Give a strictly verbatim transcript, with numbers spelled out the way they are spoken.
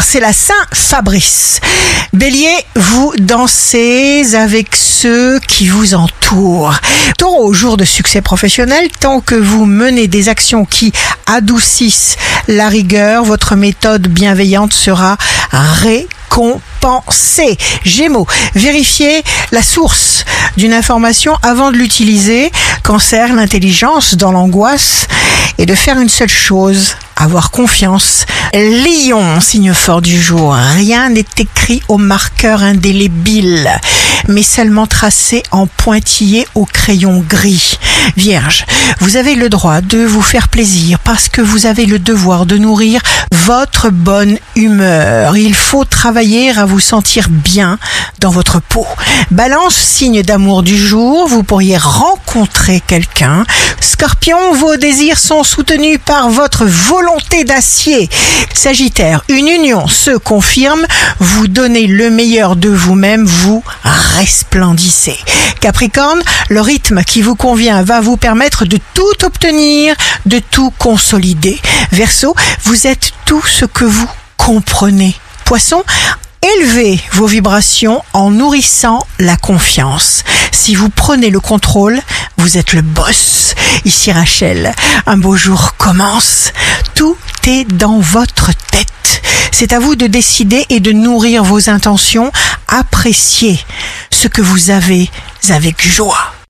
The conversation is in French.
c'est la Saint-Fabrice. Bélier, vous dansez avec ceux qui vous entourent. Taureau, jour de succès professionnel, tant que vous menez des actions qui adoucissent la rigueur, votre méthode bienveillante sera récompensée. Gémeaux, vérifiez la source d'une information avant de l'utiliser. Cancer, l'intelligence dans l'angoisse et de faire une seule chose, avoir confiance. Lion, signe fort du jour, rien n'est écrit au marqueur indélébile, mais seulement tracé en pointillé au crayon gris. Vierge, vous avez le droit de vous faire plaisir parce que vous avez le devoir de nourrir votre bonne humeur. Il faut travailler à vous sentir bien dans votre peau. Balance, signe d'amour du jour, vous pourriez rencontrer quelqu'un. Scorpion, vos désirs sont soutenus par votre volonté d'acier. Sagittaire, une union se confirme, vous donnez le meilleur de vous-même, vous resplendissez. Capricorne, le rythme qui vous convient va vous permettre de tout obtenir, de tout consolider. Verseau, vous êtes tout ce que vous comprenez. Poisson, élevez vos vibrations en nourrissant la confiance. Si vous prenez le contrôle, vous êtes le boss. Ici Rachel, un beau jour commence. Tout est dans votre tête. C'est à vous de décider et de nourrir vos intentions. Appréciez ce que vous avez avec joie.